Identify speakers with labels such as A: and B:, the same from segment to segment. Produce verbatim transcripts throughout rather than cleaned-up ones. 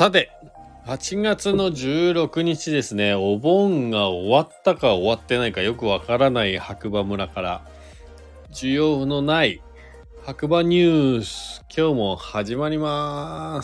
A: さて、はちがつのじゅうろくにちですね、お盆が終わったか終わってないかよくわからない白馬村から需要のない白馬ニュース、今日も始まります。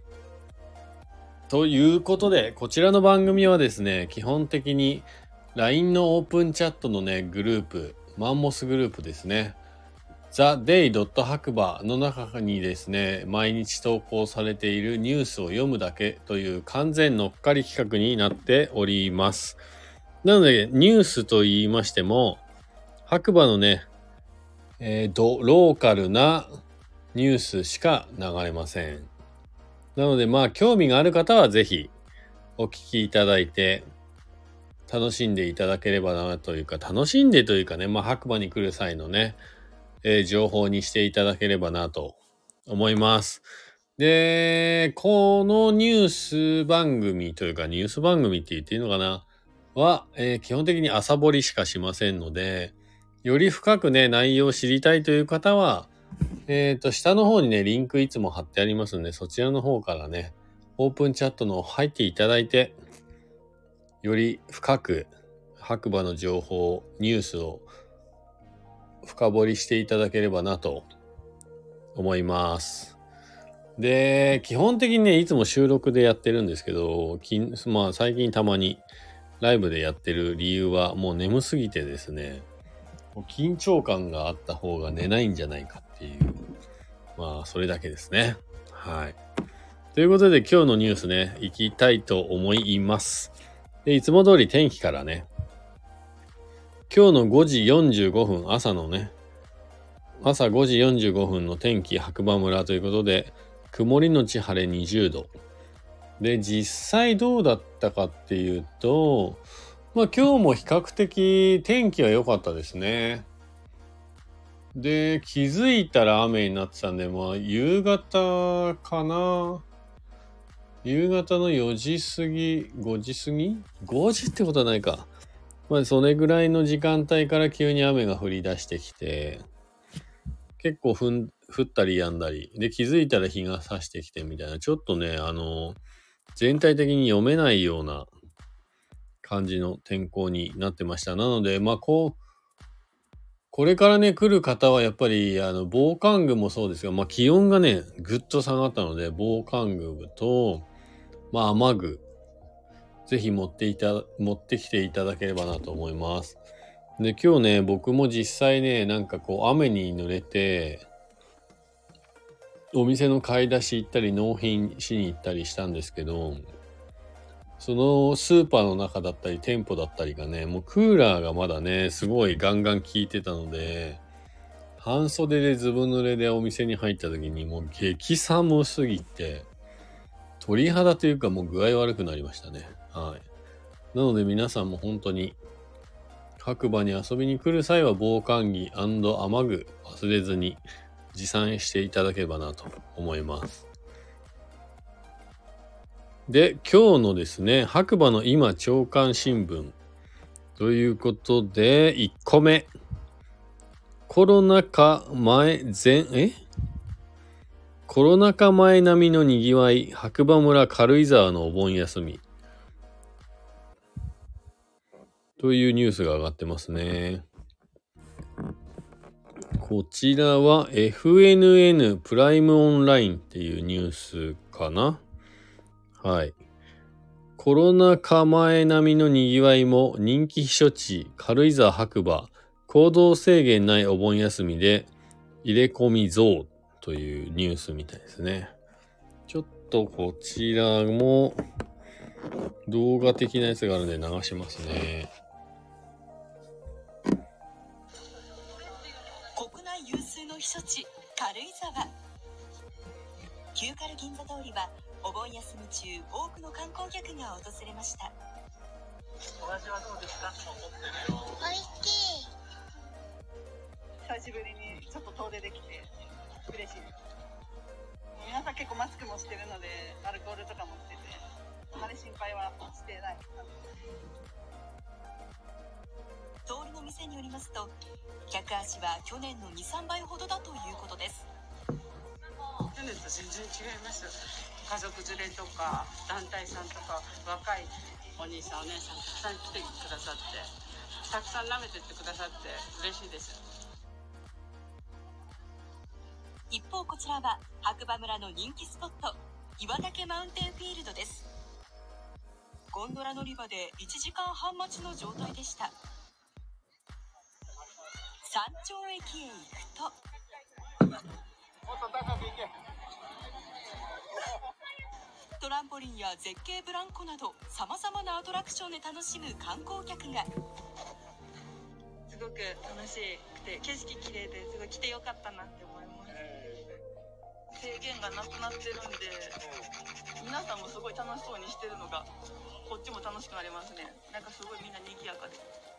A: ということで、こちらの番組はですね、基本的に ライン のオープンチャットのね、グループ、マンモスグループですね。ザ・デイ・白馬の中にですね、毎日投稿されているニュースを読むだけという完全乗っかり企画になっております。なので、ニュースと言いましても、白馬のね、えー、ドローカルなニュースしか流れません。なので、まあ、興味がある方はぜひお聞きいただいて、楽しんでいただければなというか、楽しんでというかね、まあ、白馬に来る際のね、えー、情報にしていただければなと思います。で、このニュース番組というかニュース番組って言っていいのかなは、えー、基本的に朝掘りしかしませんので、より深くね、内容を知りたいという方は、えっと、下の方にね、リンクいつも貼ってありますので、そちらの方からね、オープンチャットの入っていただいて、より深く白馬の情報、ニュースを深掘りしていただければなと思います。で、基本的にね、いつも収録でやってるんですけど、まあ最近たまにライブでやってる理由はもう眠すぎてですね、緊張感があった方が寝ないんじゃないかっていう、まあそれだけですね。はい。ということで今日のニュースね、行きたいと思います。で、いつも通り天気からね、今日のごじよんじゅうごふん、朝のね、朝ごじよんじゅうごふんの天気白馬村ということで、曇りのち晴れにじゅうど。で、実際どうだったかっていうと、まあ今日も比較的天気は良かったですね。で、気づいたら雨になってたんで、まあ夕方かな。夕方のよじ過ぎ、ごじ過ぎ ?ご 時ってことはないか。まあそれぐらいの時間帯から急に雨が降り出してきて、結構ふん降ったりやんだりで、気づいたら日が差してきてみたいな、ちょっとね、あの全体的に読めないような感じの天候になってました。なので、まあこうこれからね来る方はやっぱりあの防寒具もそうですが、まあ気温がねぐっと下がったので、防寒具とまあ雨具ぜひ持っていた持ってきていただければなと思います。で、今日ね、僕も実際ね、なんかこう雨に濡れて、お店の買い出し行ったり納品しに行ったりしたんですけど、そのスーパーの中だったり店舗だったりがね、もうクーラーがまだね、すごいガンガン効いてたので、半袖でずぶ濡れでお店に入った時にもう激寒すぎて、鳥肌というかもう具合悪くなりましたね。はい。なので皆さんも本当に白馬に遊びに来る際は防寒着&雨具忘れずに持参していただければなと思います。で、今日のですね、白馬の今朝刊新聞ということで、いっこめ。コロナ禍前、前、えコロナ禍前並みのにぎわい、白馬村軽井沢のお盆休み。というニュースが上がってますね。こちらは エフエヌエヌ プライムオンラインっていうニュースかな。はい。コロナ禍前並みのにぎわいも人気避暑地軽井沢白馬行動制限ないお盆休みで入れ込み増というニュースみたいですね。ちょっとこちらも動画的なやつがあるんで流しますね。
B: 国内有数の避暑地軽井沢。旧軽銀座通りはお盆休み中多くの観光客が訪れました。
C: お味はどうですか？
D: おいしい。
C: 久しぶりにちょっと遠出できて嬉しいです。皆さん結構マスクもしてるのでアルコールとかもしててあまり心配はしてない。
B: 通りの店によりますと、客足は去年の にさんばいほどだということです。
C: 去年と全然違います。
E: 家族連れとか団体さんとか若いお兄さんお姉さんたくさん来てくださってたくさん舐めてってくださって嬉しいです。
B: 一方こちらは白馬村の人気スポット岩岳マウンテンフィールドです。ゴンドラ乗り場でいちじかんはん待ちの状態でした。山頂駅へ行くとトランポリンや絶景ブランコなどさまざまなアトラクションで楽しむ観光客が。
F: すごく楽しくて景色綺麗ですごい来てよかったなって思います。制限がなくなってるんで皆さんもすごい楽しそうにしてるのがこっちも楽しくなりますね。なんかすごいみんな賑やかで。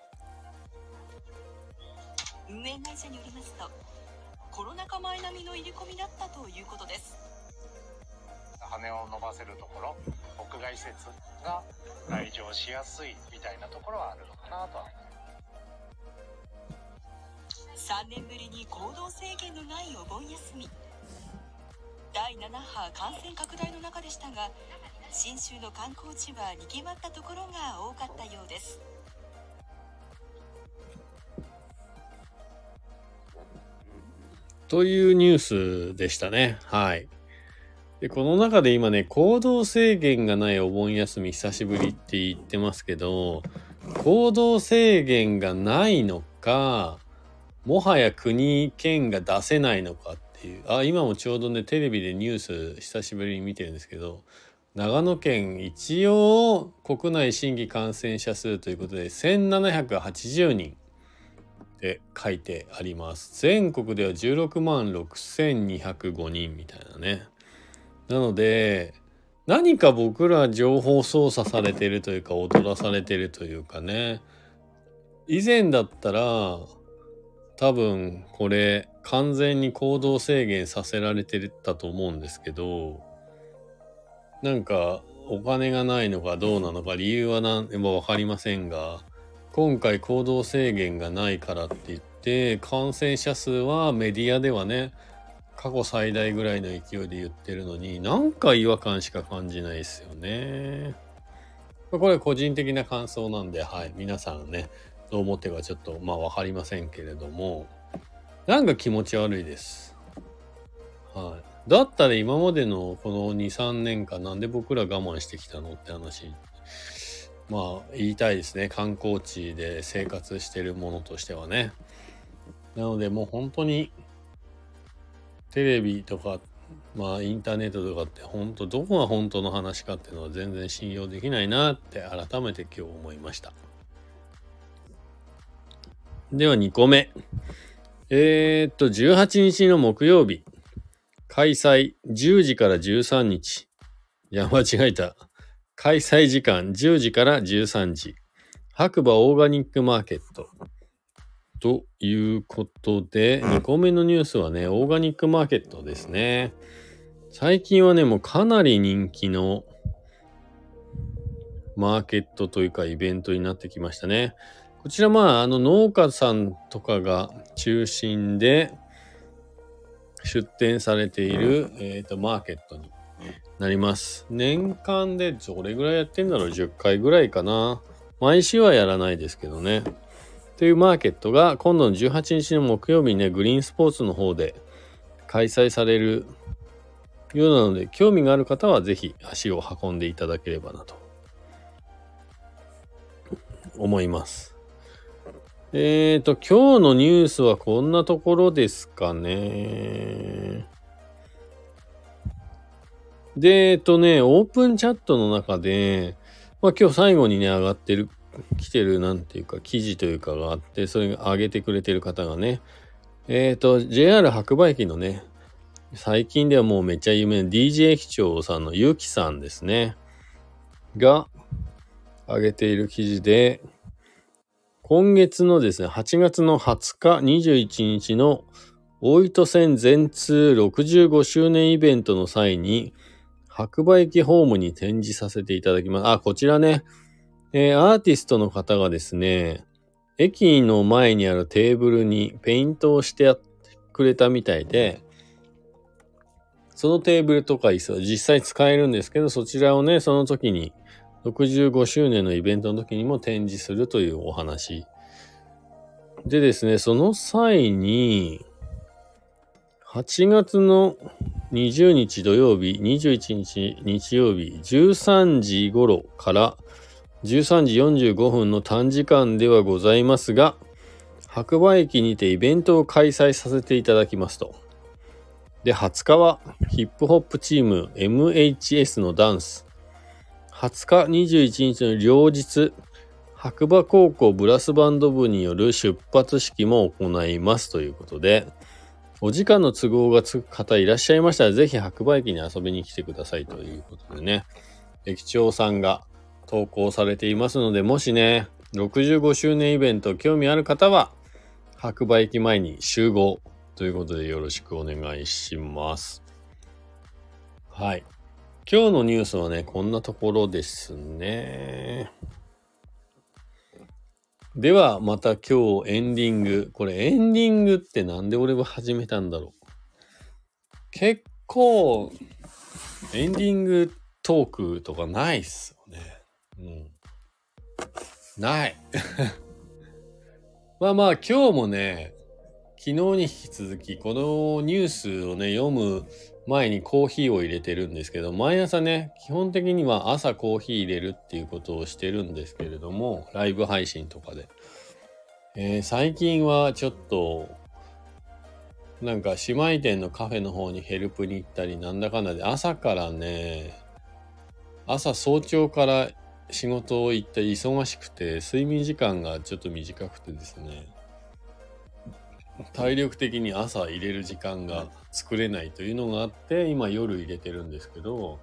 B: 運営会社によりますとコロナ禍前並みの入り込みだったということです。
G: 羽を伸ばせるところ屋外施設が来場しやすいみたいなところはあるのかなとは。
B: さんねんぶりに行動制限のないお盆休み。だいなな波感染拡大の中でしたが信州の観光地はにぎわったところが多かったようです。
A: というニュースでしたね。はい。で、この中で今ね、行動制限がないお盆休み久しぶりって言ってますけど、行動制限がないのか、もはや国、県が出せないのかっていう。あ、今もちょうどね、テレビでニュース久しぶりに見てるんですけど、長野県一応国内新規感染者数ということでせんななひゃくはちじゅうにん。って書いてあります。全国ではじゅうろくまんろくせんにひゃくごにんみたいなね。なので何か僕ら情報操作されてるというか踊らされてるというかね。以前だったら多分これ完全に行動制限させられてたと思うんですけど、なんかお金がないのかどうなのか理由は何も分かりませんが、今回行動制限がないからって言って感染者数はメディアではね過去最大ぐらいの勢いで言ってるのになんか違和感しか感じないですよね。これ個人的な感想なんで、はい、皆さんねどう思ってるかちょっとまあ分かりませんけれども、なんか気持ち悪いです。はい。だったら今までのこの にさんねんかんなんで僕ら我慢してきたのって話。まあ言いたいですね。観光地で生活してるものとしてはね。なのでもう本当にテレビとかまあインターネットとかって本当どこが本当の話かっていうのは全然信用できないなって改めて今日思いました。ではにこめ。えー、っとじゅうはちにちの木曜日開催じゅうじからじゅうさんにち。いや間違えた。開催時間じゅうじからじゅうさんじ。白馬オーガニックマーケット。ということで、にこめのニュースはね、オーガニックマーケットですね。最近はね、もうかなり人気のマーケットというかイベントになってきましたね。こちらまあ、あの農家さんとかが中心で出店されている、えーと、マーケットになります。年間でどれぐらいやってんだろう？じゅっかいぐらいかな。毎週はやらないですけどね。というマーケットが今度のじゅうはちにちの木曜日にね、グリーンスポーツの方で開催されるようなので、興味がある方はぜひ足を運んでいただければなと思います。えーと、今日のニュースはこんなところですかね。で、えっとね、オープンチャットの中で、まあ今日最後にね、上がってる、来てるなんていうか、記事というかがあって、それが上げてくれてる方がね、えっと、ジェイアール 白馬駅のね、最近ではもうめっちゃ有名な ディージェー 駅長さんのゆきさんですね、が上げている記事で、今月のですね、はちがつのはつか、にじゅういちにちの大糸線全通ろくじゅうごしゅうねんイベントの際に、白馬駅ホームに展示させていただきます。あ、こちらね、えー、アーティストの方がですね、駅の前にあるテーブルにペイントをしてやってくれたみたいで、 そのテーブルとか椅子は実際使えるんですけど、そちらをね、その時に、ろくじゅうごしゅうねんのイベントの時にも展示するというお話。でですね、その際に、はちがつのにじゅうにち土曜日、にじゅういちにち日曜日、じゅうさんじ頃からじゅうさんじよんじゅうごふんの短時間ではございますが、白馬駅にてイベントを開催させていただきますと。で、はつかはヒップホップチーム エムエイチエス のダンス。はつかにじゅういちにちの両日、白馬高校ブラスバンド部による出発式も行いますということで、お時間の都合がつく方いらっしゃいましたら、ぜひ白馬駅に遊びに来てくださいということでね、駅長さんが投稿されていますので、もしね、ろくじゅうごしゅうねんイベント興味ある方は、白馬駅前に集合ということでよろしくお願いします。はい。今日のニュースはね、こんなところですね。ではまた今日エンディング。これエンディングってなんで俺は始めたんだろう。結構エンディングトークとかないっすよね。うん。ない。まあまあ今日もね、昨日に引き続きこのニュースをね読む前にコーヒーを入れてるんですけど、毎朝ね基本的には朝コーヒー入れるっていうことをしてるんですけれども、ライブ配信とかで、えー、最近はちょっとなんか姉妹店のカフェの方にヘルプに行ったりなんだかんだで、朝からね朝早朝から仕事を行って忙しくて睡眠時間がちょっと短くてですね、体力的に朝入れる時間が作れないというのがあって、今夜入れてるんですけど、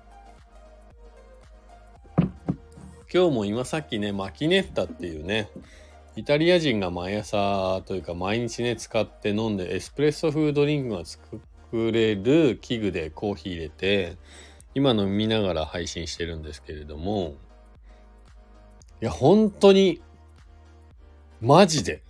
A: 今日も今さっきねマキネッタっていうねイタリア人が毎朝というか毎日ね使って飲んでエスプレッソ風ドリンクが作れる器具でコーヒー入れて今飲みながら配信してるんですけれども、いや本当にマジで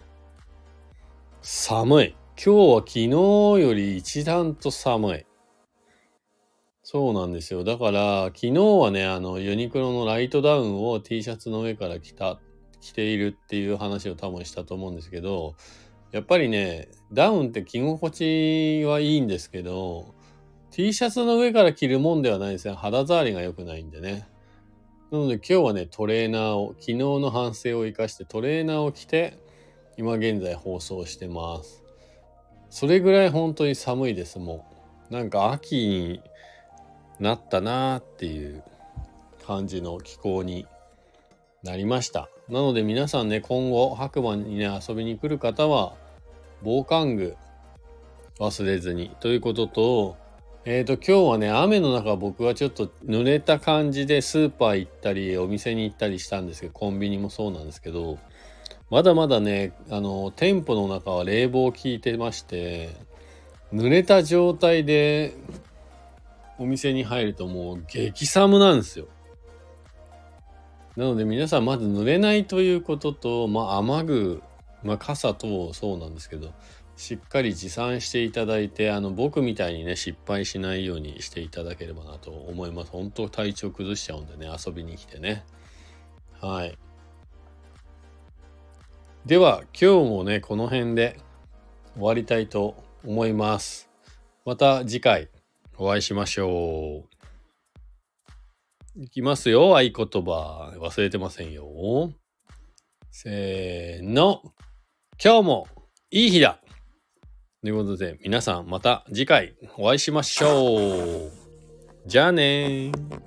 A: 寒い。今日は昨日より一段と寒い。そうなんですよ。だから昨日はね、あのユニクロのライトダウンを T シャツの上から着た着ているっていう話を多分したと思うんですけど、やっぱりねダウンって着心地はいいんですけど、 T シャツの上から着るもんではないですね。肌触りが良くないんでね。なので今日はねトレーナーを、昨日の反省を生かしてトレーナーを着て今現在放送してます。それぐらい本当に寒いです。もうなんか秋になったなーっていう感じの気候になりました。なので皆さんね、今後白馬にね遊びに来る方は防寒具忘れずにということと、えーと今日はね雨の中僕はちょっと濡れた感じでスーパー行ったりお店に行ったりしたんですけど、コンビニもそうなんですけど、まだまだねあの店舗の中は冷房効いてまして、濡れた状態でお店に入るともう激寒なんですよ。なので皆さんまず濡れないということと、まあ雨具、まあ傘等そうなんですけど、しっかり持参していただいて、あの僕みたいにね失敗しないようにしていただければなと思います。本当体調崩しちゃうんでね、遊びに来てね。はい。では今日もねこの辺で終わりたいと思います。また次回お会いしましょう。いきますよ、合言葉忘れてませんよ。せーの、今日もいい日だということで、皆さんまた次回お会いしましょう。じゃあねー。